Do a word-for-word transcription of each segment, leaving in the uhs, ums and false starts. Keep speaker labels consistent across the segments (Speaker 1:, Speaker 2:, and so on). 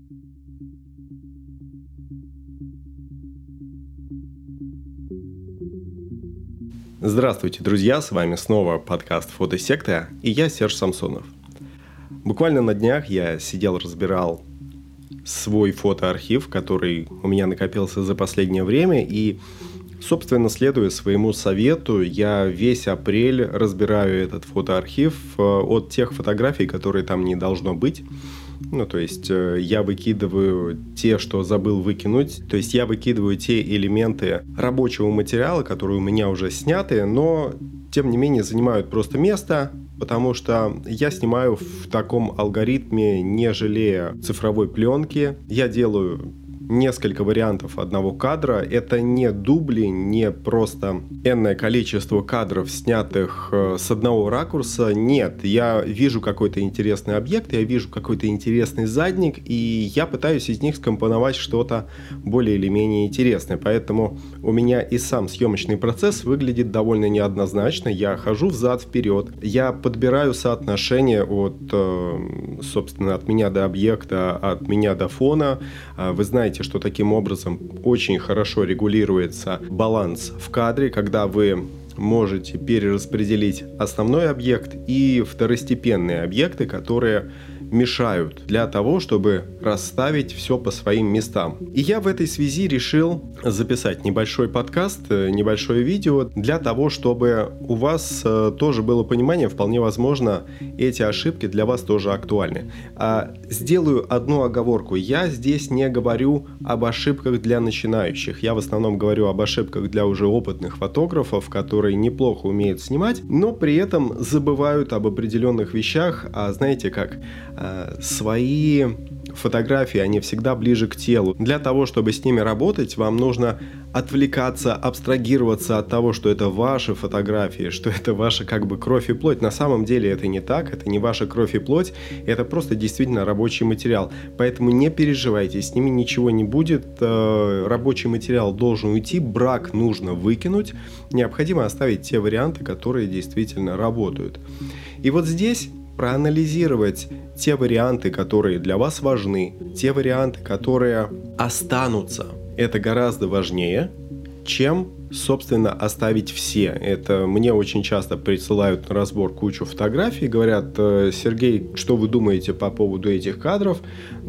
Speaker 1: Здравствуйте, друзья! С вами снова подкаст «Фотосекта» и я, Серж Самсонов. Буквально на днях я сидел, разбирал свой фотоархив, который у меня накопился за последнее время, и, собственно, следуя своему совету, я весь апрель разбираю этот фотоархив от тех фотографий, которые там не должно быть. Ну, то есть я выкидываю те, что забыл выкинуть, то есть я выкидываю те элементы рабочего материала, которые у меня уже сняты, но тем не менее занимают просто место, потому что я снимаю в таком алгоритме, не жалея цифровой пленки. Я делаю несколько вариантов одного кадра. Это не дубли, не просто энное количество кадров, снятых с одного ракурса. Нет, я вижу какой-то интересный объект, я вижу какой-то интересный задник, и я пытаюсь из них скомпоновать что-то более или менее интересное. Поэтому у меня и сам съемочный процесс выглядит довольно неоднозначно. Я хожу взад-вперед, я подбираю соотношение от, собственно, от меня до объекта, от меня до фона. Вы знаете, что таким образом очень хорошо регулируется баланс в кадре, когда вы можете перераспределить основной объект и второстепенные объекты, которые мешают для того, чтобы расставить все по своим местам. И я в этой связи решил записать небольшой подкаст, небольшое видео для того, чтобы у вас тоже было понимание, вполне возможно, эти ошибки для вас тоже актуальны. А сделаю одну оговорку. Я здесь не говорю об ошибках для начинающих. Я в основном говорю об ошибках для уже опытных фотографов, которые неплохо умеют снимать, но при этом забывают об определенных вещах. А знаете как? Свои фотографии, они всегда ближе к телу. Для того, чтобы с ними работать, вам нужно отвлекаться, абстрагироваться от того, что это ваши фотографии, что это ваша как бы кровь и плоть. На самом деле это не так, это не ваша кровь и плоть, это просто действительно рабочий материал. Поэтому не переживайте, с ними ничего не будет, рабочий материал должен уйти, брак нужно выкинуть, необходимо оставить те варианты, которые действительно работают. И вот здесь проанализировать те варианты, которые для вас важны, те варианты, которые останутся. Это гораздо важнее, чем, собственно, оставить все. Это мне очень часто присылают на разбор кучу фотографий, говорят: Сергей, что вы думаете по поводу этих кадров?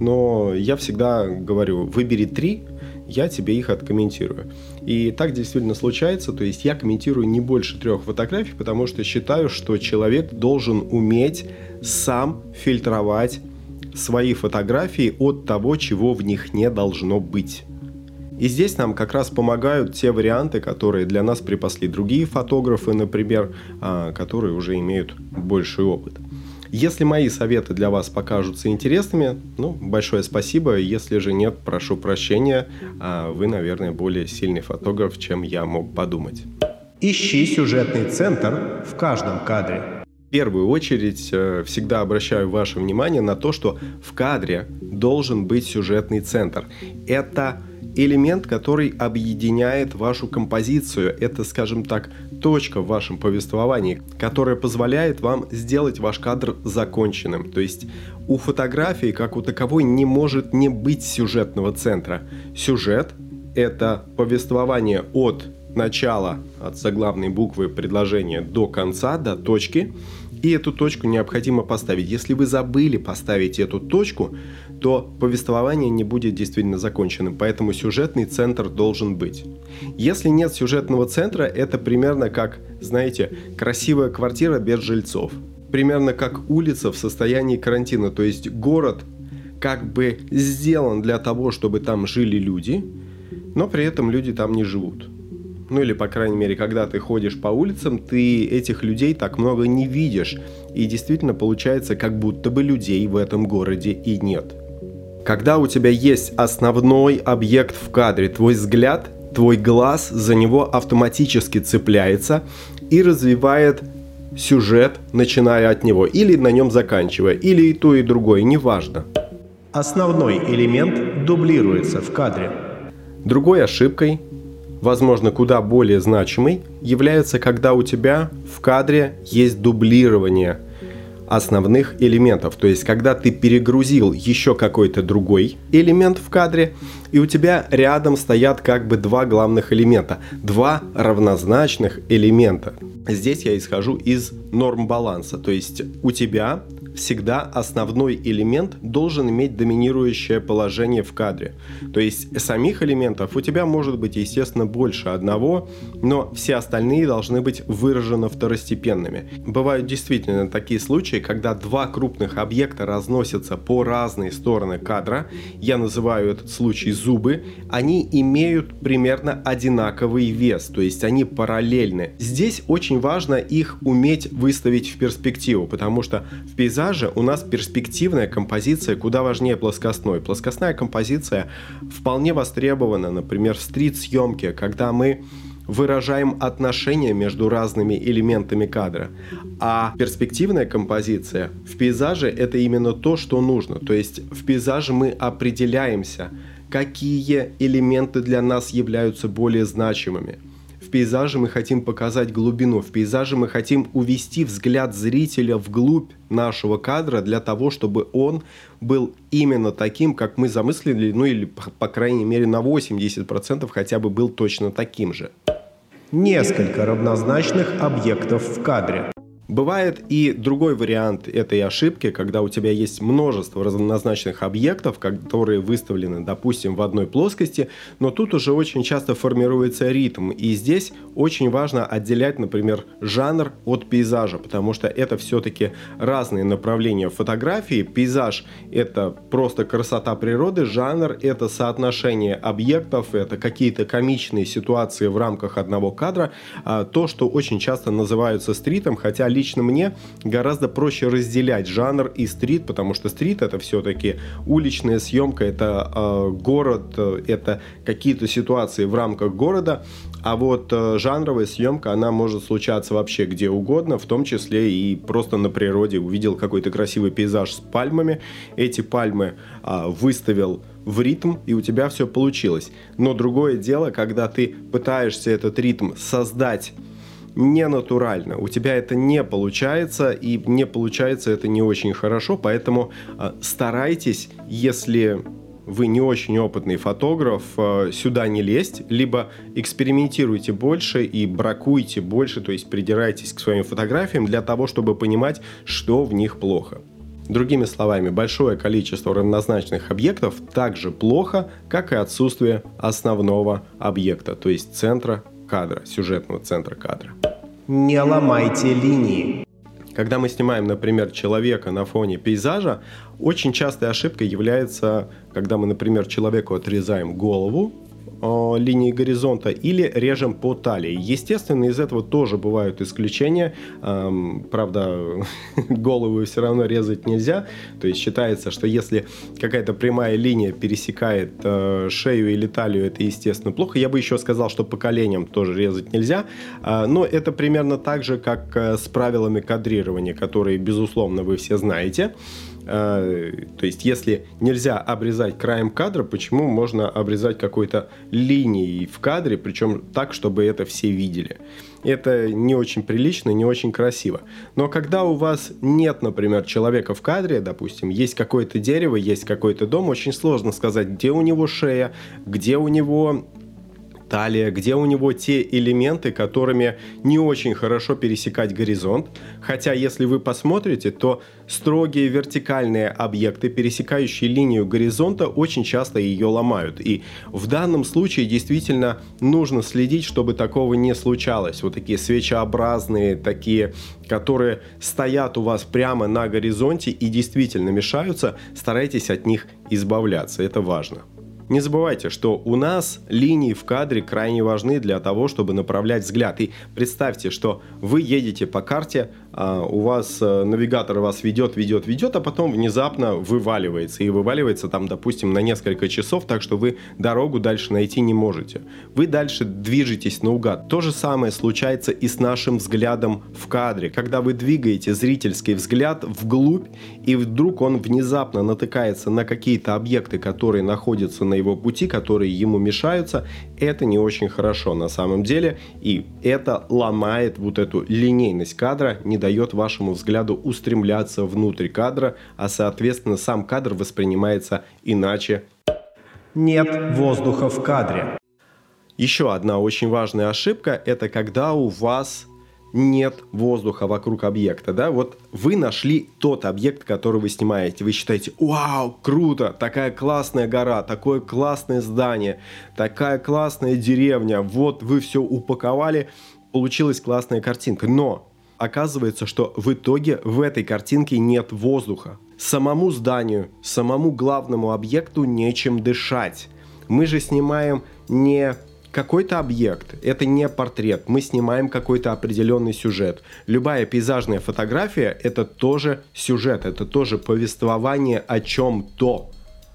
Speaker 1: Но я всегда говорю: выбери три, я тебе их откомментирую. И так действительно случается, то есть я комментирую не больше трех фотографий, потому что считаю, что человек должен уметь сам фильтровать свои фотографии от того, чего в них не должно быть. И здесь нам как раз помогают те варианты, которые для нас припасли другие фотографы, например, которые уже имеют больший опыт. Если мои советы для вас покажутся интересными, ну, большое спасибо. Если же нет, прошу прощения. Вы, наверное, более сильный фотограф, чем я мог подумать.
Speaker 2: Ищи сюжетный центр в каждом кадре.
Speaker 1: В первую очередь всегда обращаю ваше внимание на то, что в кадре должен быть сюжетный центр. Это элемент, который объединяет вашу композицию. Это, скажем так, точка в вашем повествовании, которая позволяет вам сделать ваш кадр законченным. То есть у фотографии, как у таковой, не может не быть сюжетного центра. Сюжет – это повествование от начала, от заглавной буквы предложения до конца, до точки. И эту точку необходимо поставить. Если вы забыли поставить эту точку, то повествование не будет действительно законченным. Поэтому сюжетный центр должен быть. Если нет сюжетного центра, это примерно как, знаете, красивая квартира без жильцов. Примерно как улица в состоянии карантина. То есть город как бы сделан для того, чтобы там жили люди, но при этом люди там не живут. Ну или, по крайней мере, когда ты ходишь по улицам, ты этих людей так много не видишь. И действительно получается, как будто бы людей в этом городе и нет. Когда у тебя есть основной объект в кадре, твой взгляд, твой глаз за него автоматически цепляется и развивает сюжет, начиная от него, или на нем заканчивая, или и то, и другое, неважно.
Speaker 2: Основной элемент дублируется в кадре.
Speaker 1: Другой ошибкой, возможно, куда более значимой, является, когда у тебя в кадре есть дублирование. основных элементов. То есть, когда ты перегрузил еще какой-то другой элемент в кадре, и у тебя рядом стоят как бы два главных элемента, два равнозначных элемента. Здесь я исхожу из норм баланса. То есть, у тебя всегда основной элемент должен иметь доминирующее положение в кадре. То есть самих элементов у тебя может быть, естественно, больше одного, но все остальные должны быть выражены второстепенными. Бывают действительно такие случаи, когда два крупных объекта разносятся по разные стороны кадра. Я называю этот случай зубы. Они имеют примерно одинаковый вес, то есть они параллельны. Здесь очень важно их уметь выставить в перспективу, потому что в пейзаже у нас перспективная композиция куда важнее плоскостной. Плоскостная композиция вполне востребована, например, в стрит-съемке, когда мы выражаем отношения между разными элементами кадра. А перспективная композиция в пейзаже — это именно то, что нужно. То есть в пейзаже мы определяемся, какие элементы для нас являются более значимыми. В пейзаже мы хотим показать глубину, в пейзаже мы хотим увести взгляд зрителя вглубь нашего кадра для того, чтобы он был именно таким, как мы замыслили, ну или, по крайней мере, на восемьдесят процентов хотя бы был точно таким же.
Speaker 2: Несколько равнозначных объектов в кадре.
Speaker 1: Бывает и другой вариант этой ошибки, когда у тебя есть множество равнозначных объектов, которые выставлены, допустим, в одной плоскости, но тут уже очень часто формируется ритм. И здесь очень важно отделять, например, жанр от пейзажа, потому что это все-таки разные направления фотографии. Пейзаж — это просто красота природы, жанр — это соотношение объектов, это какие-то комичные ситуации в рамках одного кадра, то, что очень часто называются стритом, хотя лично мне гораздо проще разделять жанр и стрит, потому что стрит — это все-таки уличная съемка, это э, город, это какие-то ситуации в рамках города, а вот э, жанровая съемка, она может случаться вообще где угодно, в том числе и просто на природе. Увидел какой-то красивый пейзаж с пальмами, эти пальмы э, выставил в ритм, и у тебя все получилось. Но другое дело, когда ты пытаешься этот ритм создать не натурально, у тебя это не получается, и не получается это не очень хорошо, поэтому э, старайтесь, если вы не очень опытный фотограф, э, сюда не лезть, либо экспериментируйте больше и бракуйте больше, то есть придирайтесь к своим фотографиям для того, чтобы понимать, что в них плохо. Другими словами, большое количество равнозначных объектов так же плохо, как и отсутствие основного объекта, то есть центра кадра, сюжетного центра кадра.
Speaker 2: Не ломайте линии.
Speaker 1: Когда мы снимаем, например, человека на фоне пейзажа, очень частой ошибкой является, когда мы, например, человеку отрезаем голову э, линии горизонта или режем по талии. Естественно, из этого тоже бывают исключения. Эм, правда, голову все равно резать нельзя. То есть считается, что если какая-то прямая линия пересекает э, шею или талию, это, естественно, плохо. Я бы еще сказал, что по коленям тоже резать нельзя. Э, но это примерно так же, как э, с правилами кадрирования, которые, безусловно, вы все знаете. То есть, если нельзя обрезать краем кадра, почему можно обрезать какой-то линией в кадре, причем так, чтобы это все видели? Это не очень прилично, не очень красиво. Но когда у вас нет, например, человека в кадре, допустим, есть какое-то дерево, есть какой-то дом, очень сложно сказать, где у него шея, где у него талия, где у него те элементы, которыми не очень хорошо пересекать горизонт. Хотя, если вы посмотрите, то строгие вертикальные объекты, пересекающие линию горизонта, очень часто ее ломают. И в данном случае действительно нужно следить, чтобы такого не случалось. Вот такие свечеобразные, такие, которые стоят у вас прямо на горизонте и действительно мешаются, старайтесь от них избавляться. Это важно. Не забывайте, что у нас линии в кадре крайне важны для того, чтобы направлять взгляд. И представьте, что вы едете по карте, у вас навигатор вас ведет, ведет, ведет, а потом внезапно вываливается. И вываливается там, допустим, на несколько часов, так что вы дорогу дальше найти не можете. Вы дальше движетесь наугад. То же самое случается и с нашим взглядом в кадре. Когда вы двигаете зрительский взгляд вглубь, и вдруг он внезапно натыкается на какие-то объекты, которые находятся на его пути, которые ему мешаются, это не очень хорошо на самом деле, и это ломает вот эту линейность кадра, не дает дает вашему взгляду устремляться внутрь кадра, а соответственно сам кадр воспринимается иначе.
Speaker 2: Нет воздуха в кадре.
Speaker 1: Еще одна очень важная ошибка – это когда у вас нет воздуха вокруг объекта. Да? Вот вы нашли тот объект, который вы снимаете. Вы считаете: вау, круто, такая классная гора, такое классное здание, такая классная деревня. Вот вы все упаковали, получилась классная картинка. Но оказывается, что в итоге в этой картинке нет воздуха. Самому зданию, самому главному объекту нечем дышать. Мы же снимаем не какой-то объект, это не портрет, мы снимаем какой-то определенный сюжет. Любая пейзажная фотография – это тоже сюжет, это тоже повествование о чем-то.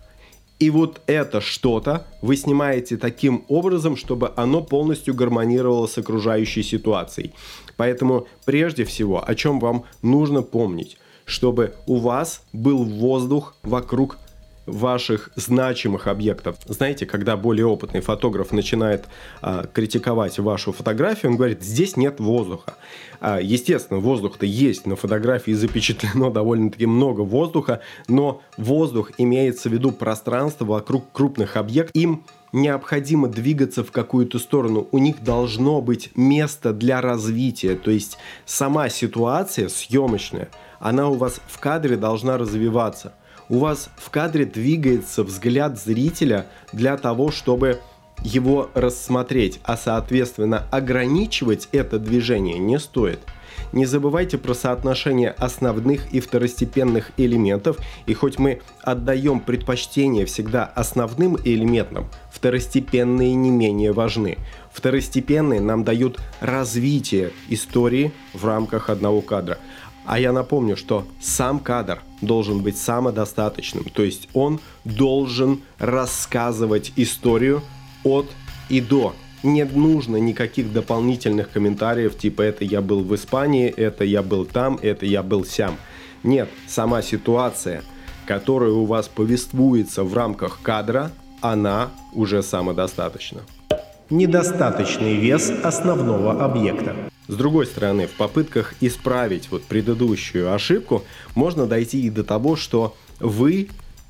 Speaker 1: И вот это что-то вы снимаете таким образом, чтобы оно полностью гармонировало с окружающей ситуацией. Поэтому прежде всего, о чем вам нужно помнить, чтобы у вас был воздух вокруг ваших значимых объектов. Знаете, когда более опытный фотограф начинает а, критиковать вашу фотографию, он говорит: здесь нет воздуха. А, естественно, воздух-то есть, на фотографии запечатлено довольно-таки много воздуха, но воздух имеется в виду пространство вокруг крупных объектов. Им необходимо двигаться в какую-то сторону, у них должно быть место для развития, то есть сама ситуация съемочная, она у вас в кадре должна развиваться. У вас в кадре двигается взгляд зрителя для того, чтобы его рассмотреть, а соответственно ограничивать это движение не стоит. Не забывайте про соотношение основных и второстепенных элементов, и хоть мы отдаем предпочтение всегда основным элементам, второстепенные не менее важны. Второстепенные нам дают развитие истории в рамках одного кадра. А я напомню, что сам кадр должен быть самодостаточным, то есть он должен рассказывать историю от и до. Не нужно никаких дополнительных комментариев типа «это я был в Испании», «это я был там», «это я был сям». Нет, сама ситуация, которая у вас повествуется в рамках кадра, она уже самодостаточна.
Speaker 2: Недостаточный вес основного объекта.
Speaker 1: С другой стороны, в попытках исправить вот предыдущую ошибку можно дойти и до того, что вы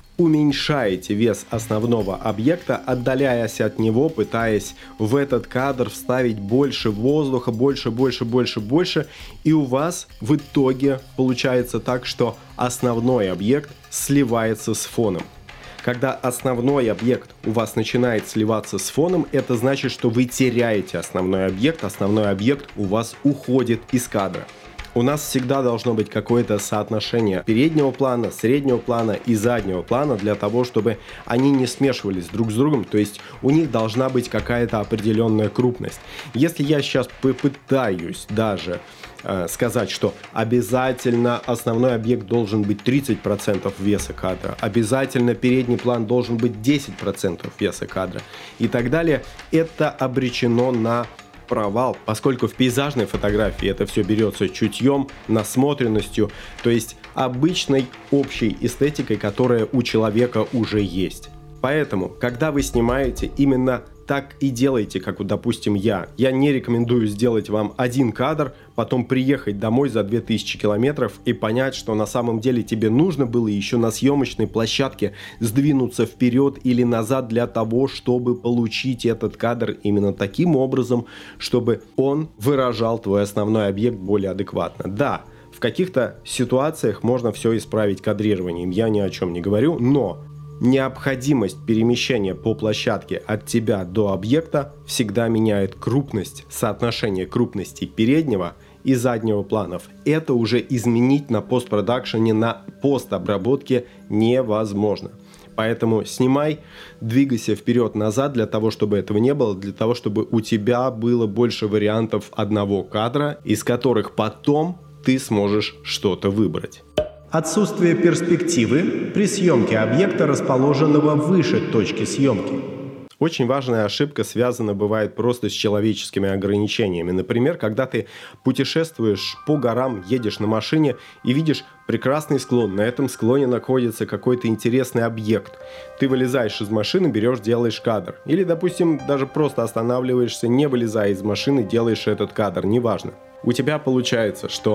Speaker 1: уменьшаете вес основного объекта, отдаляясь от него, пытаясь в этот кадр вставить больше воздуха, больше, больше, больше, больше, и у вас в итоге получается так, что основной объект сливается с фоном. Когда основной объект у вас начинает сливаться с фоном, это значит, что вы теряете основной объект, основной объект у вас уходит из кадра. У нас всегда должно быть какое-то соотношение переднего плана, среднего плана и заднего плана для того, чтобы они не смешивались друг с другом, то есть у них должна быть какая-то определенная крупность. Если я сейчас попытаюсь даже э, сказать, что обязательно основной объект должен быть тридцать процентов веса кадра, обязательно передний план должен быть десять процентов веса кадра и так далее, это обречено на провал, поскольку в пейзажной фотографии это все берется чутьем, насмотренностью, то есть обычной общей эстетикой, которая у человека уже есть. Поэтому, когда вы снимаете, именно так и делайте, как вот, допустим, я. Я не рекомендую сделать вам один кадр, потом приехать домой за две тысячи километров и понять, что на самом деле тебе нужно было еще на съемочной площадке сдвинуться вперед или назад для того, чтобы получить этот кадр именно таким образом, чтобы он выражал твой основной объект более адекватно. Да, в каких-то ситуациях можно все исправить кадрированием, я ни о чем не говорю, но необходимость перемещения по площадке от тебя до объекта всегда меняет крупность, соотношение крупности переднего и заднего планов. Это уже изменить на постпродакшене, на постобработке невозможно. Поэтому снимай, двигайся вперед-назад для того, чтобы этого не было, для того, чтобы у тебя было больше вариантов одного кадра, из которых потом ты сможешь что-то выбрать.
Speaker 2: Отсутствие перспективы при съемке объекта, расположенного выше точки съемки.
Speaker 1: Очень важная ошибка связана бывает просто с человеческими ограничениями. Например, когда ты путешествуешь по горам, едешь на машине и видишь прекрасный склон. На этом склоне находится какой-то интересный объект. Ты вылезаешь из машины, берешь, делаешь кадр. Или, допустим, даже просто останавливаешься, не вылезая из машины, делаешь этот кадр. Неважно. У тебя получается, что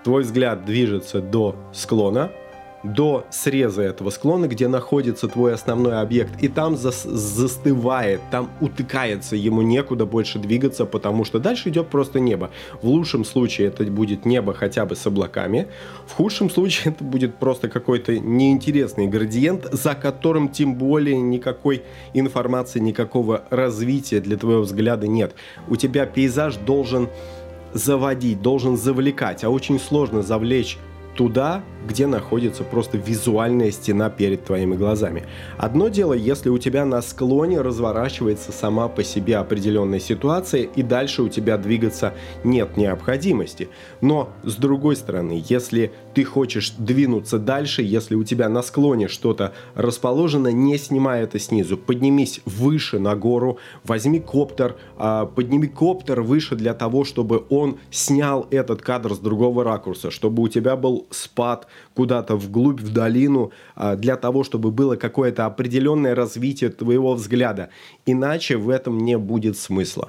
Speaker 1: твой взгляд движется до склона, до среза этого склона, где находится твой основной объект, и там зас- застывает, там утыкается, ему некуда больше двигаться, потому что дальше идет просто небо. В лучшем случае это будет небо хотя бы с облаками, в худшем случае это будет просто какой-то неинтересный градиент, за которым тем более никакой информации, никакого развития для твоего взгляда нет. У тебя пейзаж должен заводить, должен завлекать, а очень сложно завлечь туда, где находится просто визуальная стена перед твоими глазами. Одно дело, если у тебя на склоне разворачивается сама по себе определенная ситуация, и дальше у тебя двигаться нет необходимости. Но, с другой стороны, если ты хочешь двинуться дальше, если у тебя на склоне что-то расположено, не снимай это снизу. Поднимись выше на гору, возьми коптер, подними коптер выше для того, чтобы он снял этот кадр с другого ракурса, чтобы у тебя был спад куда-то вглубь, в долину, для того, чтобы было какое-то определенное развитие твоего взгляда. Иначе в этом не будет смысла.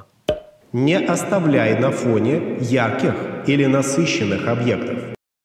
Speaker 2: Не оставляй на фоне ярких или насыщенных объектов.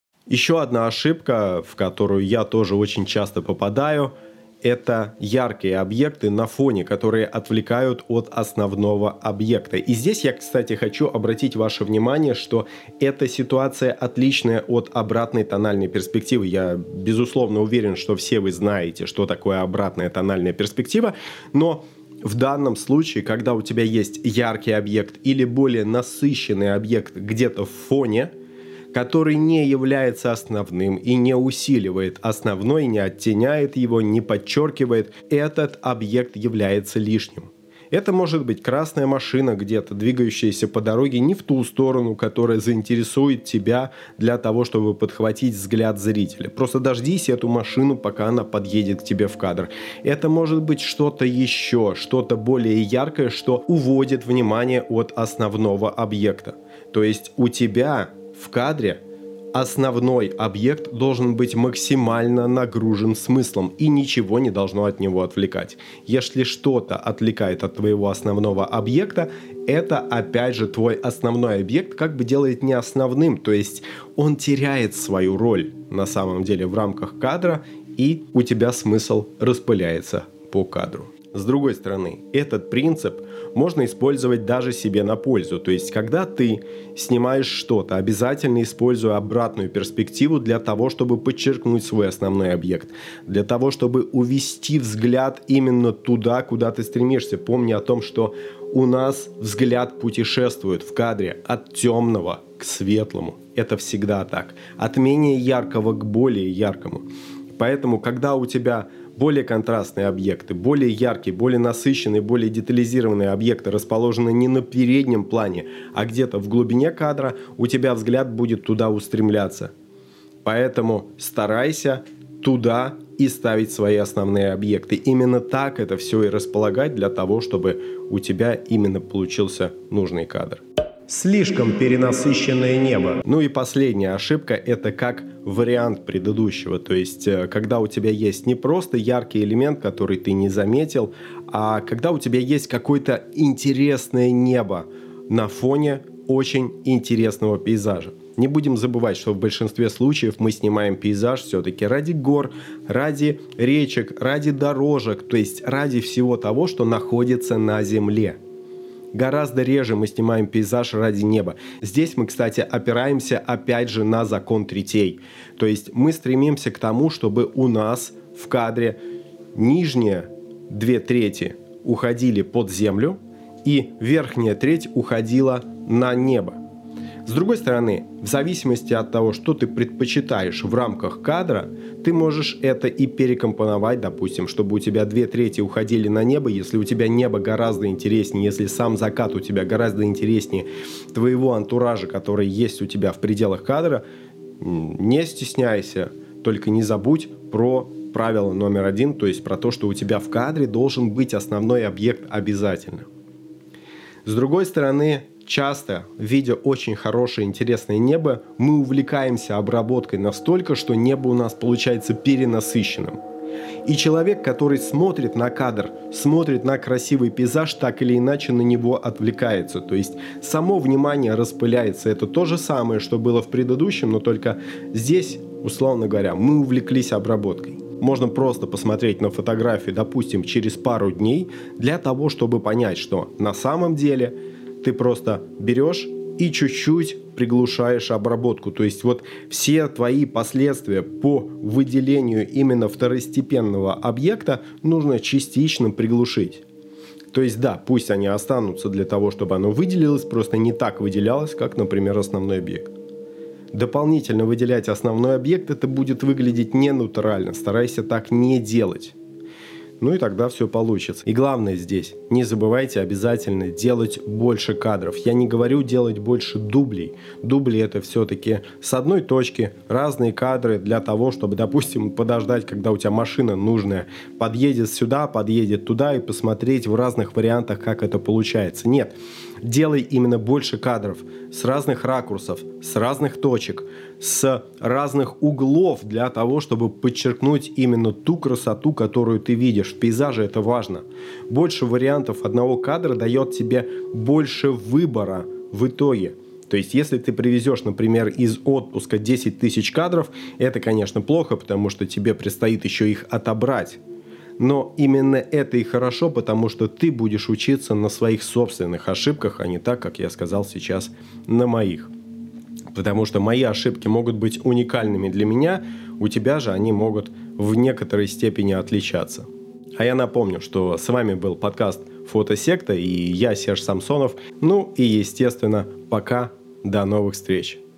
Speaker 1: Еще одна ошибка, в которую я тоже очень часто попадаю, это яркие объекты на фоне, которые отвлекают от основного объекта. И здесь я, кстати, хочу обратить ваше внимание, что эта ситуация отличная от обратной тональной перспективы. Я, безусловно, уверен, что все вы знаете, что такое обратная тональная перспектива, но в данном случае, когда у тебя есть яркий объект или более насыщенный объект где-то в фоне, который не является основным и не усиливает основной, не оттеняет его, не подчеркивает, этот объект является лишним. Это может быть красная машина где-то, двигающаяся по дороге не в ту сторону, которая заинтересует тебя для того, чтобы подхватить взгляд зрителя. Просто дождись эту машину, пока она подъедет к тебе в кадр. Это может быть что-то еще, что-то более яркое, что уводит внимание от основного объекта. То есть у тебя в кадре основной объект должен быть максимально нагружен смыслом, и ничего не должно от него отвлекать. Если что-то отвлекает от твоего основного объекта, это опять же твой основной объект как бы делает не основным, то есть он теряет свою роль на самом деле в рамках кадра, и у тебя смысл распыляется по кадру. С другой стороны, этот принцип можно использовать даже себе на пользу. То есть, когда ты снимаешь что-то, обязательно используй обратную перспективу для того, чтобы подчеркнуть свой основной объект. Для того, чтобы увести взгляд именно туда, куда ты стремишься. Помни о том, что у нас взгляд путешествует в кадре от темного к светлому. Это всегда так. От менее яркого к более яркому. Поэтому, когда у тебя более контрастные объекты, более яркие, более насыщенные, более детализированные объекты расположены не на переднем плане, а где-то в глубине кадра, у тебя взгляд будет туда устремляться. Поэтому старайся туда и ставить свои основные объекты. Именно так это все и располагать для того, чтобы у тебя именно получился нужный кадр.
Speaker 2: Слишком перенасыщенное небо.
Speaker 1: Ну и последняя ошибка – это как вариант предыдущего. То есть, когда у тебя есть не просто яркий элемент, который ты не заметил, а когда у тебя есть какое-то интересное небо на фоне очень интересного пейзажа. Не будем забывать, что в большинстве случаев мы снимаем пейзаж все-таки ради гор, ради речек, ради дорожек, то есть ради всего того, что находится на земле. Гораздо реже мы снимаем пейзаж ради неба. Здесь мы, кстати, опираемся опять же на закон третей. То есть мы стремимся к тому, чтобы у нас в кадре нижние две трети уходили под землю, и верхняя треть уходила на небо. С другой стороны, в зависимости от того, что ты предпочитаешь в рамках кадра, ты можешь это и перекомпоновать, допустим, чтобы у тебя две трети уходили на небо, если у тебя небо гораздо интереснее, если сам закат у тебя гораздо интереснее твоего антуража, который есть у тебя в пределах кадра, не стесняйся, только не забудь про правило номер один, то есть про то, что у тебя в кадре должен быть основной объект обязательно. С другой стороны, часто, видя очень хорошее, интересное небо, мы увлекаемся обработкой настолько, что небо у нас получается перенасыщенным. И человек, который смотрит на кадр, смотрит на красивый пейзаж, так или иначе на него отвлекается. То есть само внимание распыляется. Это то же самое, что было в предыдущем, но только здесь, условно говоря, мы увлеклись обработкой. Можно просто посмотреть на фотографию, допустим, через пару дней, для того, чтобы понять, что на самом деле ты просто берешь и чуть-чуть приглушаешь обработку. То есть вот все твои последствия по выделению именно второстепенного объекта нужно частично приглушить. То есть да, пусть они останутся для того, чтобы оно выделилось, просто не так выделялось, как, например, основной объект. Дополнительно выделять основной объект, это будет выглядеть ненатурально. Старайся так не делать. Ну и тогда все получится. И главное здесь, не забывайте обязательно делать больше кадров. Я не говорю делать больше дублей. Дубли это все-таки с одной точки разные кадры для того, чтобы, допустим, подождать, когда у тебя машина нужная подъедет сюда, подъедет туда и посмотреть в разных вариантах, как это получается. Нет, делай именно больше кадров с разных ракурсов, с разных точек, с разных углов для того, чтобы подчеркнуть именно ту красоту, которую ты видишь. В пейзаже это важно. Больше вариантов одного кадра дает тебе больше выбора в итоге. То есть, если ты привезешь, например, из отпуска десять тысяч кадров, это, конечно, плохо, потому что тебе предстоит еще их отобрать. Но именно это и хорошо, потому что ты будешь учиться на своих собственных ошибках, а не так, как я сказал сейчас, на моих. Потому что мои ошибки могут быть уникальными для меня, у тебя же они могут в некоторой степени отличаться. А я напомню, что с вами был подкаст «Фотосекта» и я, Серж Самсонов. Ну и, естественно, пока, до новых встреч.